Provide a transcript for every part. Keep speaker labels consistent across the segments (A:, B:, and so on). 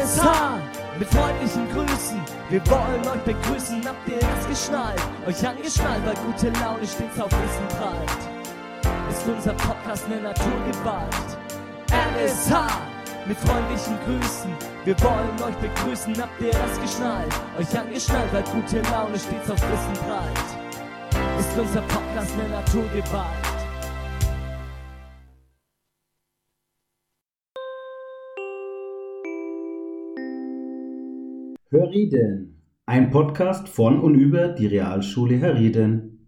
A: LSH mit freundlichen Grüßen. Wir wollen euch begrüßen, habt ihr es geschnallt? Euch angeschnallt, weil gute Laune stets auf Wissen prallt. Ist unser Podcast eine Naturgewalt. LSH mit freundlichen Grüßen. Wir wollen euch begrüßen, habt ihr es geschnallt? Euch angeschnallt, weil gute Laune stets auf Wissen prallt. Ist unser Podcast eine Naturgewalt.
B: Herrieden, ein Podcast von und über die Realschule Herrieden.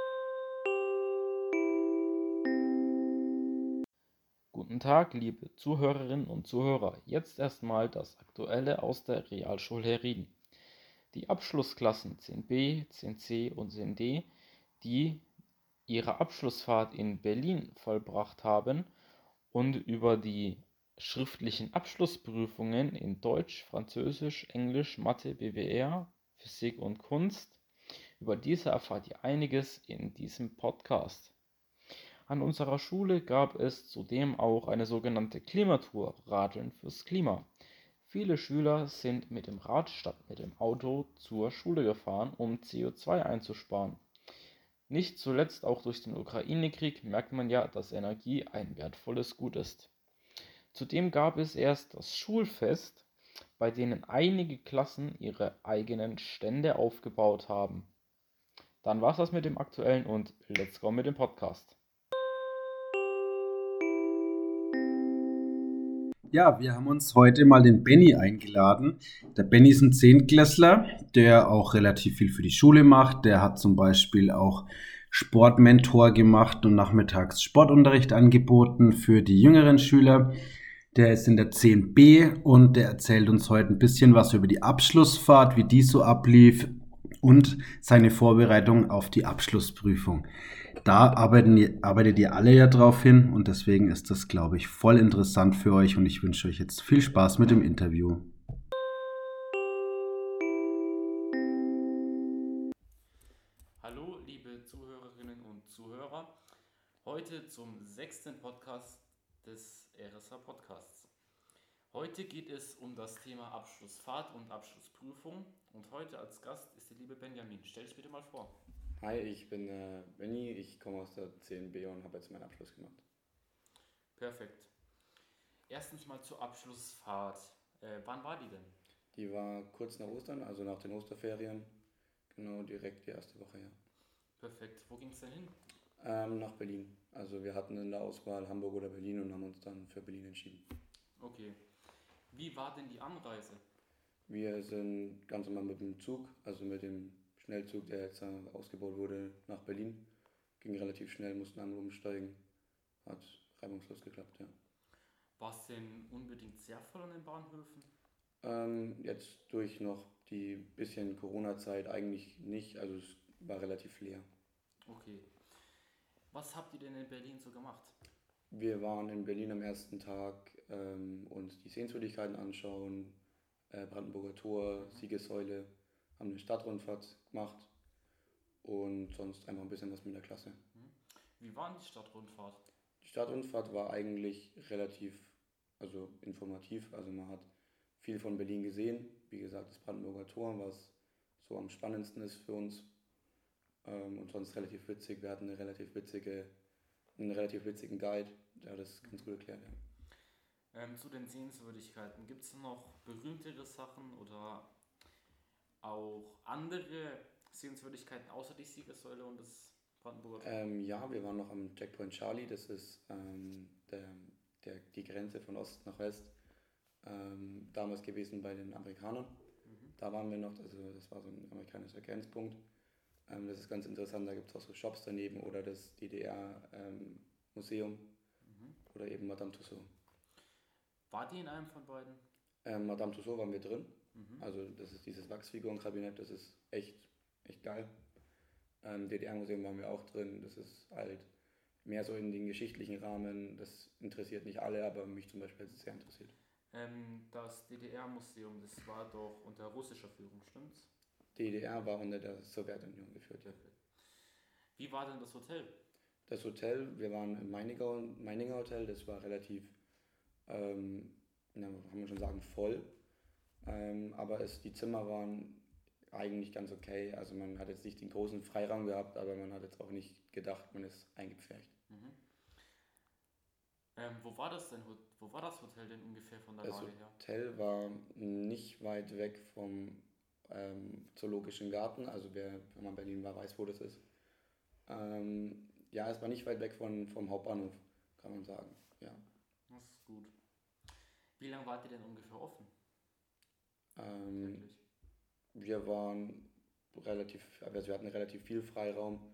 C: Guten Tag, liebe Zuhörerinnen und Zuhörer. Jetzt erstmal das Aktuelle aus der Realschule Herrieden. Die Abschlussklassen 10b, 10c und 10d, die ihre Abschlussfahrt in Berlin vollbracht haben und über die schriftlichen Abschlussprüfungen in Deutsch, Französisch, Englisch, Mathe, BWR, Physik und Kunst. Über diese erfahrt ihr einiges in diesem Podcast. An unserer Schule gab es zudem auch eine sogenannte Klimatour, Radeln fürs Klima. Viele Schüler sind mit dem Rad statt mit dem Auto zur Schule gefahren, um CO2 einzusparen. Nicht zuletzt auch durch den Ukraine-Krieg merkt man ja, dass Energie ein wertvolles Gut ist. Zudem gab es erst das Schulfest, bei denen einige Klassen ihre eigenen Stände aufgebaut haben. Dann war's das mit dem Aktuellen und let's go mit dem Podcast.
B: Ja, wir haben uns heute mal den Benny eingeladen. Der Benny ist ein Zehntklässler, der auch relativ viel für die Schule macht. Der hat zum Beispiel auch Sportmentor gemacht und nachmittags Sportunterricht angeboten für die jüngeren Schüler. Der ist in der 10b und der erzählt uns heute ein bisschen was über die Abschlussfahrt, wie die so ablief und seine Vorbereitung auf die Abschlussprüfung. Da arbeitet ihr alle ja drauf hin und deswegen ist das, glaube ich, voll interessant für euch und ich wünsche euch jetzt viel Spaß mit dem Interview.
C: Hallo, liebe Zuhörerinnen und Zuhörer. Heute zum 6. Podcast des RSH Podcasts. Heute geht es um das Thema Abschlussfahrt und Abschlussprüfung und heute als Gast ist der liebe Benjamin. Stell dich bitte mal vor.
D: Hi, ich bin Benny, ich komme aus der 10b und habe jetzt meinen Abschluss gemacht.
C: Perfekt. Erstens mal zur Abschlussfahrt. Wann war die denn?
D: Die war kurz nach Ostern, also nach den Osterferien, genau direkt die erste Woche, ja.
C: Perfekt. Wo ging es denn hin?
D: Nach Berlin. Also wir hatten in der Auswahl Hamburg oder Berlin und haben uns dann für Berlin entschieden.
C: Okay. Wie war denn die Anreise?
D: Wir sind ganz normal mit dem Zug, also mit dem Schnellzug, der jetzt ausgebaut wurde, nach Berlin. Ging relativ schnell, mussten einmal umsteigen. Hat reibungslos geklappt, ja.
C: War es denn unbedingt sehr voll an den Bahnhöfen?
D: Jetzt durch noch die bisschen Corona-Zeit eigentlich nicht, also es war relativ leer.
C: Okay. Was habt ihr denn in Berlin so gemacht?
D: Wir waren in Berlin am ersten Tag uns die Sehenswürdigkeiten anschauen, Brandenburger Tor, Siegessäule, haben eine Stadtrundfahrt gemacht und sonst einfach ein bisschen was mit der Klasse.
C: Wie war denn die Stadtrundfahrt?
D: Die Stadtrundfahrt war eigentlich relativ informativ, also man hat viel von Berlin gesehen, wie gesagt das Brandenburger Tor, was so am spannendsten ist für uns und sonst relativ witzig. Wir hatten einen relativ witzigen Guide, der das ganz gut erklärt hat.
C: Zu den Sehenswürdigkeiten, gibt es noch berühmtere Sachen oder auch andere Sehenswürdigkeiten außer die Siegessäule und das Brandenburger Tor?
D: Ja, wir waren noch am Checkpoint Charlie, das ist die Grenze von Ost nach West, damals gewesen bei den Amerikanern. Da waren wir noch, also das war so ein amerikanischer Grenzpunkt. Das ist ganz interessant, da gibt es auch so Shops daneben oder das DDR-Museum oder eben Madame Tussauds.
C: War die in einem von beiden?
D: Madame Tussauds waren wir drin, also das ist dieses Wachsfigurenkabinett, das ist echt geil. DDR-Museum waren wir auch drin, das ist halt mehr so in den geschichtlichen Rahmen, das interessiert nicht alle, aber mich zum Beispiel hat es sehr interessiert.
C: Das DDR-Museum, das war doch unter russischer Führung, stimmt's?
D: DDR war unter der Sowjetunion geführt, ja.
C: Wie war denn das Hotel?
D: Das Hotel, wir waren im Meininger Hotel, das war relativ, kann man schon sagen, voll. Aber die Zimmer waren eigentlich ganz okay. Also man hat jetzt nicht den großen Freiraum gehabt, aber man hat jetzt auch nicht gedacht, man ist eingepfercht.
C: Mhm. Wo war das denn? Wo war das Hotel denn ungefähr von der
D: Das
C: Lage her?
D: Hotel war nicht weit weg vom Zoologischen Garten. Also wenn man in Berlin war, weiß, wo das ist. Ja, es war nicht weit weg vom Hauptbahnhof, kann man sagen. Ja.
C: Das ist gut. Wie lange wart ihr denn ungefähr offen?
D: Ähm,
C: Wirklich?
D: Wir waren also wir hatten relativ viel Freiraum,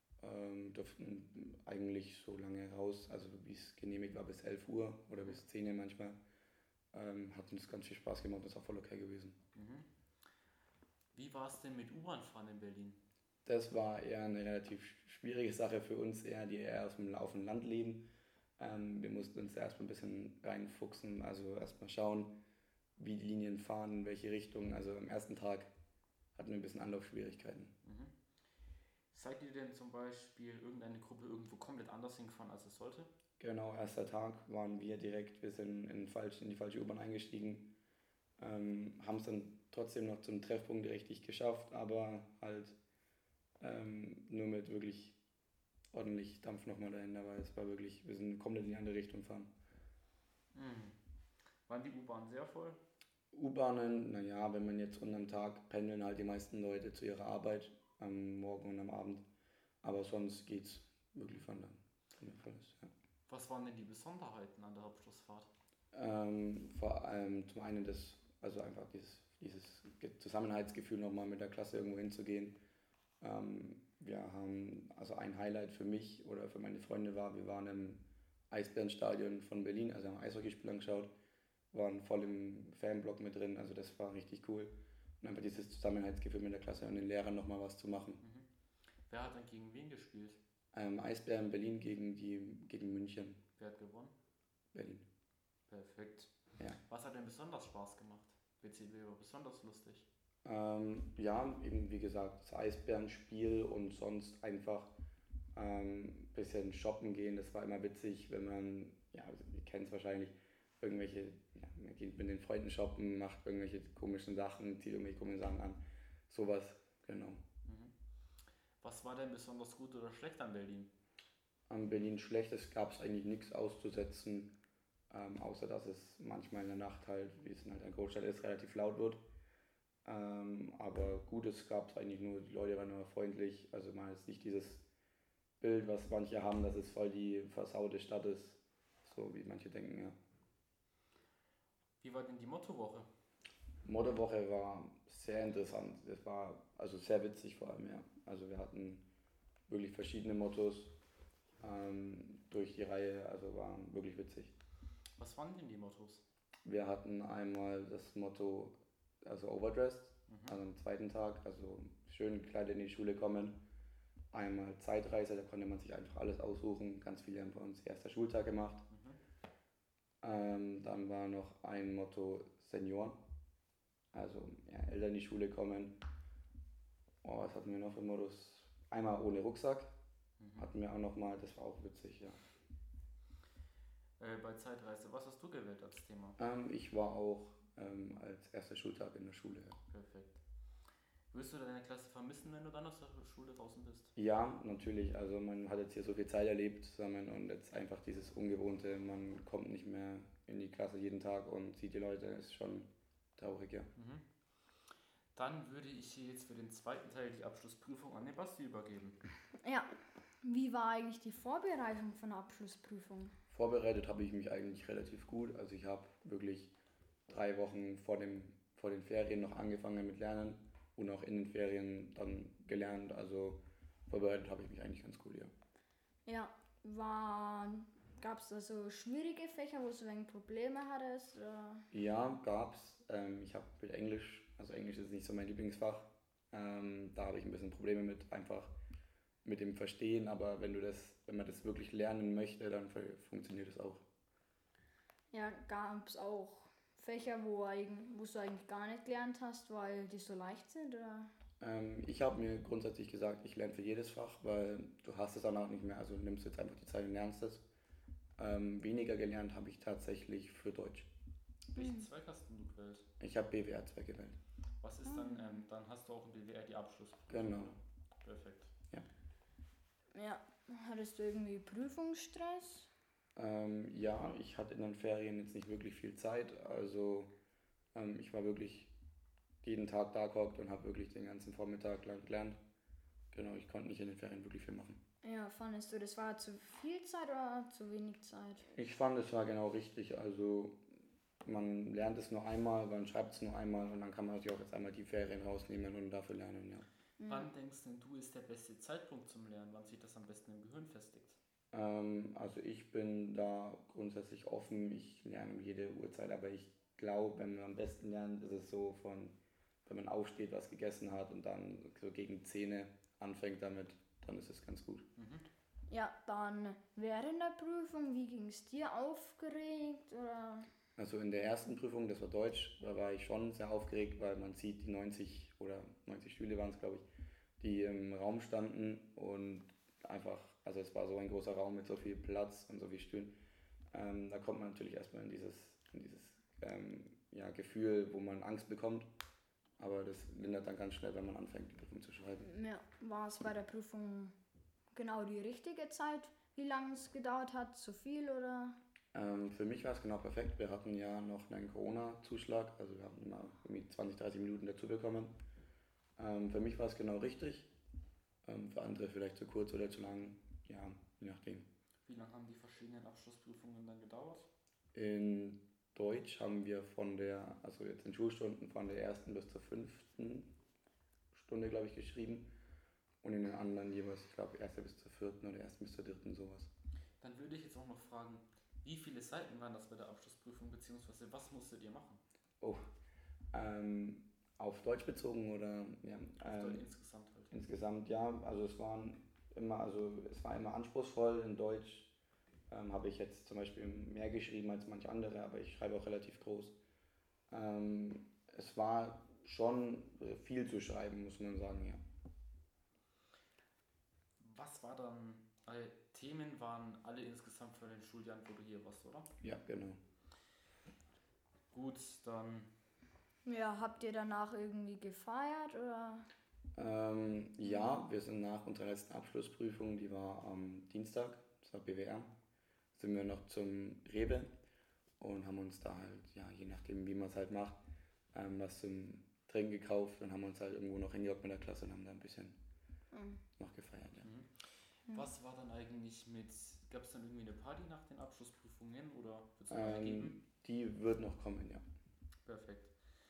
D: durften eigentlich so lange raus, also wie es genehmigt war, bis 11 Uhr oder bis 10 Uhr manchmal. Hat uns ganz viel Spaß gemacht, ist auch voll okay gewesen.
C: Mhm. Wie war es denn mit U-Bahn fahren in Berlin?
D: Das war eher eine relativ schwierige Sache für uns, die eher auf dem Land leben. Wir mussten uns da erstmal ein bisschen reinfuchsen, also erstmal schauen, wie die Linien fahren, in welche Richtung. Also am ersten Tag hatten wir ein bisschen Anlaufschwierigkeiten.
C: Mhm. Seid ihr denn zum Beispiel irgendeine Gruppe irgendwo komplett anders hingefahren, als es sollte?
D: Genau, erster Tag waren wir sind in die falsche U-Bahn eingestiegen, haben es dann trotzdem noch zum Treffpunkt richtig geschafft, aber halt nur mit wirklich ordentlich Dampf nochmal dahinter, weil es war wirklich, wir sind komplett in die andere Richtung gefahren.
C: Mhm. Waren die U-Bahnen sehr voll?
D: U-Bahnen, naja, wenn man jetzt unterm Tag pendeln halt die meisten Leute zu ihrer Arbeit am Morgen und am Abend, aber sonst geht's wirklich von der Volles, ja.
C: Was waren denn die Besonderheiten an der Abschlussfahrt?
D: Vor allem zum einen also einfach dieses Zusammenhaltsgefühl nochmal mit der Klasse irgendwo hinzugehen. Wir haben, also ein Highlight für mich oder für meine Freunde war, wir waren im Eisbärenstadion von Berlin, also haben Eishockeyspiel angeschaut, waren voll im Fanblock mit drin, also das war richtig cool. Und einfach dieses Zusammenhaltsgefühl mit der Klasse und den Lehrern nochmal was zu machen.
C: Mhm. Wer hat dann gegen wen gespielt?
D: Eisbären Berlin gegen München.
C: Wer hat gewonnen?
D: Berlin.
C: Perfekt.
D: Ja.
C: Was hat denn besonders Spaß gemacht? WCW war besonders lustig.
D: Ja, eben wie gesagt, das Eisbärenspiel und sonst einfach ein bisschen shoppen gehen. Das war immer witzig, wenn man, ja, ihr kennt es wahrscheinlich, man geht mit den Freunden shoppen, macht irgendwelche komischen Sachen, zieht irgendwelche komischen Sachen an. Sowas, genau.
C: Mhm. Was war denn besonders gut oder schlecht an Berlin?
D: An Berlin Schlechtes gab es eigentlich nichts auszusetzen, außer dass es manchmal in der Nacht halt, wie es in halt eine Großstadt ist, relativ laut wird. Aber Gutes gab es eigentlich nur, die Leute waren immer freundlich, also man hat jetzt nicht dieses Bild, was manche haben, dass es voll die versaute Stadt ist, so wie manche denken, ja.
C: Wie war denn die Mottowoche?
D: Mottowoche war sehr interessant, es war also sehr witzig vor allem, ja. Also wir hatten wirklich verschiedene Mottos durch die Reihe, also war wirklich witzig.
C: Was waren denn die Mottos?
D: Wir hatten einmal das Motto, also overdressed, also am zweiten Tag, also schön gekleidet in die Schule kommen. Einmal Zeitreise, da konnte man sich einfach alles aussuchen. Ganz viele haben bei uns erster Schultag gemacht. Dann war noch ein Motto Senioren, also ja, älter in die Schule kommen. Oh, was hatten wir noch für Mottos? Einmal ohne Rucksack hatten wir auch noch mal, das war auch witzig, ja.
C: Bei Zeitreise, was hast du gewählt als Thema?
D: Ich war auch als erster Schultag in der Schule. Ja.
C: Perfekt. Wirst du deine Klasse vermissen, wenn du dann aus der Schule draußen bist?
D: Ja, natürlich. Also man hat jetzt hier so viel Zeit erlebt zusammen und jetzt einfach dieses Ungewohnte, man kommt nicht mehr in die Klasse jeden Tag und sieht die Leute, ist schon traurig, ja.
C: Mhm. Dann würde ich hier jetzt für den zweiten Teil die Abschlussprüfung an den Basti übergeben.
E: Ja, wie war eigentlich die Vorbereitung von der Abschlussprüfung?
D: Vorbereitet habe ich mich eigentlich relativ gut. Also ich habe wirklich 3 Wochen vor den Ferien noch angefangen mit Lernen und auch in den Ferien dann gelernt. Also vorbereitet habe ich mich eigentlich ganz gut, ja.
E: Ja, gab es da so schwierige Fächer, wo du ein Probleme hattest? Oder?
D: Ja, gab's. Ich habe mit Englisch, also Englisch ist nicht so mein Lieblingsfach. Da habe ich ein bisschen Probleme mit, einfach mit dem Verstehen, aber wenn man das wirklich lernen möchte, dann funktioniert es auch.
E: Ja, gab es auch Fächer, wo du eigentlich gar nicht gelernt hast, weil die so leicht sind? Oder?
D: Ich habe mir grundsätzlich gesagt, ich lerne für jedes Fach, weil du hast es dann auch nicht mehr, also nimmst jetzt einfach die Zeit und lernst es. Weniger gelernt habe ich tatsächlich für Deutsch.
C: Welchen Zweig hast denn du gewählt?
D: Ich habe BWR 2 gewählt.
C: Was ist dann hast du auch in BWR die Abschlussprüfung?
D: Genau.
C: Perfekt.
E: Ja, hattest du irgendwie Prüfungsstress?
D: Ja, ich hatte in den Ferien jetzt nicht wirklich viel Zeit, also ich war wirklich jeden Tag da gehockt und habe wirklich den ganzen Vormittag lang gelernt. Genau, ich konnte nicht in den Ferien wirklich viel machen.
E: Ja, fandest du, das war zu viel Zeit oder zu wenig Zeit?
D: Ich fand, es war genau richtig, also man lernt es nur einmal, man schreibt es nur einmal und dann kann man sich auch jetzt einmal die Ferien rausnehmen und dafür lernen, ja.
C: Wann denkst denn du, ist der beste Zeitpunkt zum Lernen? Wann sich das am besten im Gehirn festigt?
D: Also ich bin da grundsätzlich offen, ich lerne um jede Uhrzeit, aber ich glaube, wenn man am besten lernt, ist es so wenn man aufsteht, was gegessen hat und dann so gegen 10 anfängt damit, dann ist es ganz gut.
E: Ja, dann während der Prüfung, wie ging es dir? Aufgeregt oder?
D: Also in der ersten Prüfung, das war Deutsch, da war ich schon sehr aufgeregt, weil man sieht die 90 oder 90 Stühle waren es, glaube ich, die im Raum standen und einfach, also es war so ein großer Raum mit so viel Platz und so viel Stühlen. Da kommt man natürlich erstmal in dieses ja, Gefühl, wo man Angst bekommt, aber das lindert dann ganz schnell, wenn man anfängt, die Prüfung zu schreiben.
E: Ja, war es bei der Prüfung genau die richtige Zeit, wie lange es gedauert hat? Zu viel oder?
D: Für mich war es genau perfekt. Wir hatten ja noch einen Corona-Zuschlag, also wir haben immer irgendwie 20, 30 Minuten dazu bekommen. Für mich war es genau richtig, für andere vielleicht zu kurz oder zu lang, ja, je nachdem.
C: Wie lange haben die verschiedenen Abschlussprüfungen dann gedauert?
D: In Deutsch haben wir also jetzt in Schulstunden von der ersten bis zur 5. Stunde, glaube ich, geschrieben. Und in den anderen jeweils, ich glaube, erste bis zur 4. oder erste bis zur 3. sowas.
C: Dann würde ich jetzt auch noch fragen, wie viele Seiten waren das bei der Abschlussprüfung, beziehungsweise was musstet ihr machen?
D: Oh, auf Deutsch bezogen oder ja?
C: Insgesamt halt.
D: Insgesamt ja, also es war immer anspruchsvoll. In Deutsch habe ich jetzt zum Beispiel mehr geschrieben als manche andere, aber ich schreibe auch relativ groß. Es war schon viel zu schreiben, muss man sagen, ja.
C: Was war dann, Themen waren alle insgesamt für den Schuljahr, wo du hier warst, oder?
D: Ja, genau.
C: Gut, dann
E: Ja, habt ihr danach irgendwie gefeiert oder?
D: Ja, wir sind nach unserer letzten Abschlussprüfung, die war am Dienstag, das war BWR, sind wir noch zum Rewe und haben uns da halt, ja, je nachdem wie man es halt macht, was zum Trinken gekauft und haben uns halt irgendwo noch hingehockt mit der Klasse und haben da ein bisschen noch gefeiert, ja.
C: was war dann eigentlich gab es dann irgendwie eine Party nach den Abschlussprüfungen oder wird es noch eine geben?
D: Die wird noch kommen, ja.
C: Perfekt.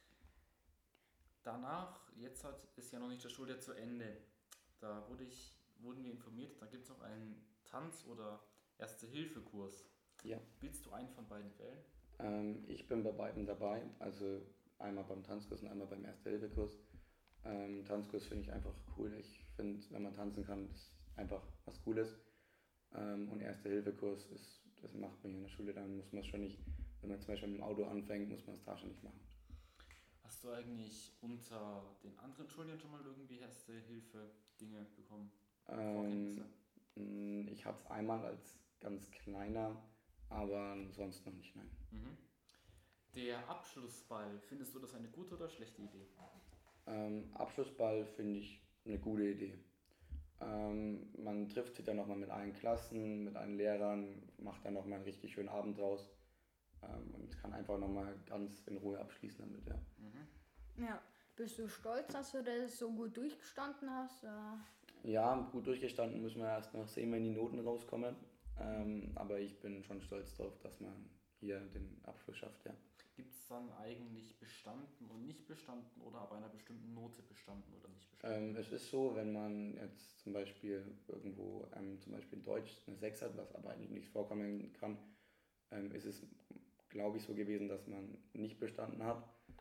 C: Danach, ist ja noch nicht das Schuljahr zu Ende. Da wurden wir informiert, da gibt es noch einen Tanz- oder Erste-Hilfe-Kurs.
D: Ja.
C: Willst du einen von beiden wählen?
D: Ich bin bei beiden dabei, also einmal beim Tanzkurs und einmal beim Erste-Hilfe-Kurs. Tanzkurs finde ich einfach cool. Ich finde, wenn man tanzen kann, das ist einfach was Cooles. Und Erste-Hilfe-Kurs, das macht man hier in der Schule, dann muss man es schon nicht, wenn man zum Beispiel mit dem Auto anfängt, muss man es da schon nicht machen.
C: Hast du eigentlich unter den anderen Schulen schon mal irgendwie Erste-Hilfe-Dinge bekommen? Vorkenntnisse?
D: Ich hatte es einmal als ganz kleiner, aber sonst noch nicht, nein.
C: Der Abschlussball, findest du das eine gute oder schlechte Idee?
D: Abschlussball finde ich eine gute Idee. Man trifft sich dann nochmal mit allen Klassen, mit allen Lehrern, macht dann nochmal einen richtig schönen Abend draus und kann einfach nochmal ganz in Ruhe abschließen damit, ja.
E: Ja, bist du stolz, dass du das so gut durchgestanden hast? Oder?
D: Ja, gut durchgestanden, müssen wir erst noch sehen, wenn die Noten rauskommen. Aber ich bin schon stolz darauf, dass man hier den Abschluss schafft, ja.
C: Gibt es dann eigentlich bestanden und nicht bestanden oder ab einer bestimmten Note bestanden oder nicht bestanden?
D: Es ist so, wenn man jetzt zum Beispiel irgendwo, zum Beispiel in Deutsch eine 6 hat, was aber eigentlich nicht vorkommen kann, ist es, glaube ich, so gewesen, dass man nicht bestanden hat.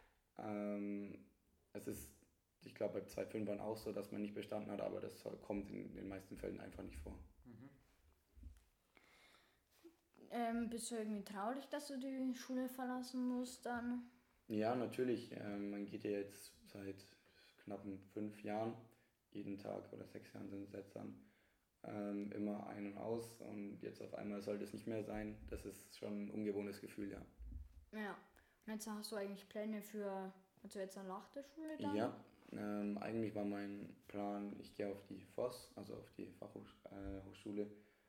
D: Es ist, ich glaube, bei 2,5ern auch so, dass man nicht bestanden hat, aber das kommt in den meisten Fällen einfach nicht vor.
E: Bist du irgendwie traurig, dass du die Schule verlassen musst dann?
D: Ja, natürlich. Man geht ja jetzt seit knappen 5 Jahren, jeden Tag oder 6 Jahren sind es jetzt dann, immer ein und aus und jetzt auf einmal sollte es nicht mehr sein. Das ist schon ein ungewohntes Gefühl, ja.
E: Ja. Jetzt hast du eigentlich Pläne für, also jetzt nach der Schule dann?
D: Ja, eigentlich war mein Plan, ich gehe auf die FOS, also auf die Fachhochschule,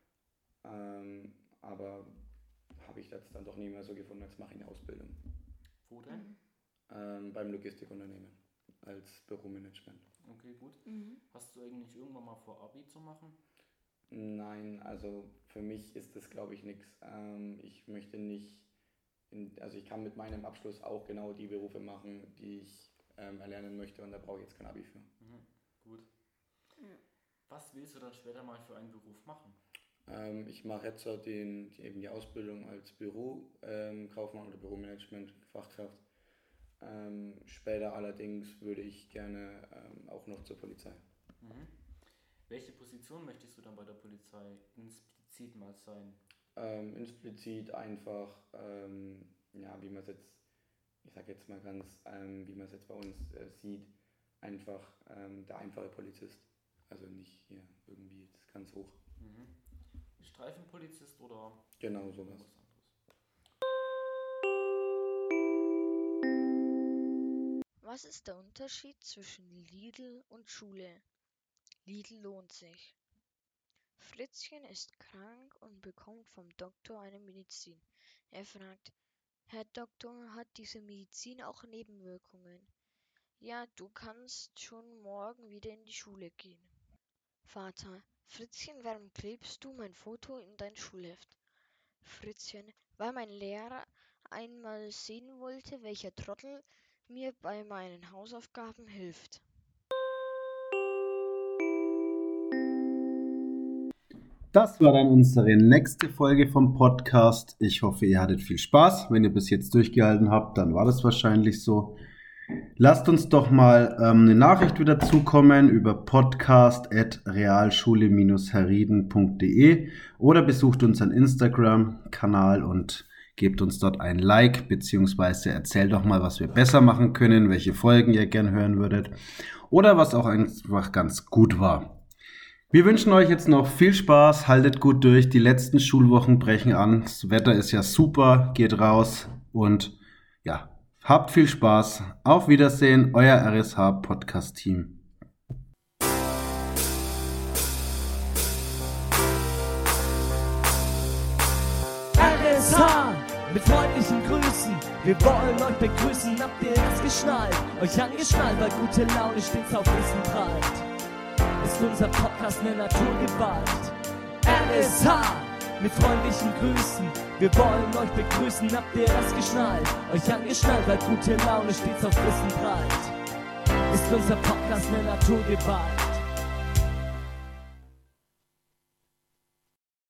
D: aber habe ich jetzt dann doch nie mehr so gefunden, jetzt mache ich eine Ausbildung.
C: Wo denn?
D: Beim Logistikunternehmen als Büromanagement.
C: Okay, gut.
E: Mhm.
C: Hast du eigentlich irgendwann mal vor, Abi zu machen?
D: Nein, also für mich ist das, glaube ich, nichts. Ich möchte nicht, also ich kann mit meinem Abschluss auch genau die Berufe machen, die ich erlernen möchte, und da brauche ich jetzt kein Abi für.
C: Gut.
E: Ja.
C: Was willst du dann später mal für einen Beruf machen?
D: Ich mache jetzt so eben die Ausbildung als Bürokaufmann oder Büromanagement, Fachkraft. Später allerdings würde ich gerne auch noch zur Polizei.
C: Welche Position möchtest du dann bei der Polizei explizit mal sein?
D: Explizit einfach, ja, wie man es jetzt, ich sage jetzt mal ganz, wie man es jetzt bei uns sieht, einfach der einfache Polizist. Also nicht hier irgendwie jetzt ganz hoch.
C: Streifenpolizist oder
D: Genau sowas.
C: was anderes?
F: Was ist der Unterschied zwischen Lidl und Schule? Lidl lohnt sich. Fritzchen ist krank und bekommt vom Doktor eine Medizin. Er fragt: Herr Doktor, hat diese Medizin auch Nebenwirkungen? Ja, du kannst schon morgen wieder in die Schule gehen. Vater: Fritzchen, warum klebst du mein Foto in dein Schulheft? Fritzchen: weil mein Lehrer einmal sehen wollte, welcher Trottel mir bei meinen Hausaufgaben hilft.
B: Das war dann unsere nächste Folge vom Podcast. Ich hoffe, ihr hattet viel Spaß. Wenn ihr bis jetzt durchgehalten habt, dann war das wahrscheinlich so. Lasst uns doch mal eine Nachricht wieder zukommen über podcast@realschule-herrieden.de oder besucht unseren Instagram-Kanal und gebt uns dort ein Like, beziehungsweise erzählt doch mal, was wir besser machen können, welche Folgen ihr gern hören würdet oder was auch einfach ganz gut war. Wir wünschen euch jetzt noch viel Spaß, haltet gut durch, die letzten Schulwochen brechen an, das Wetter ist ja super, geht raus und ja, habt viel Spaß. Auf Wiedersehen, euer RSH-Podcast-Team.
A: RSH mit freundlichen Grüßen. Wir wollen euch begrüßen, habt ihr es geschnallt? Euch angeschnallt, weil gute Laune stets auf Wissen prallt. Ist unser Podcast eine Naturgewalt. RSH mit freundlichen Grüßen. Wir wollen euch begrüßen, habt ihr das geschnallt? Euch angeschnallt, weil gute Laune stets auf Wissen prallt. Ist unser Podcast eine Naturgewalt.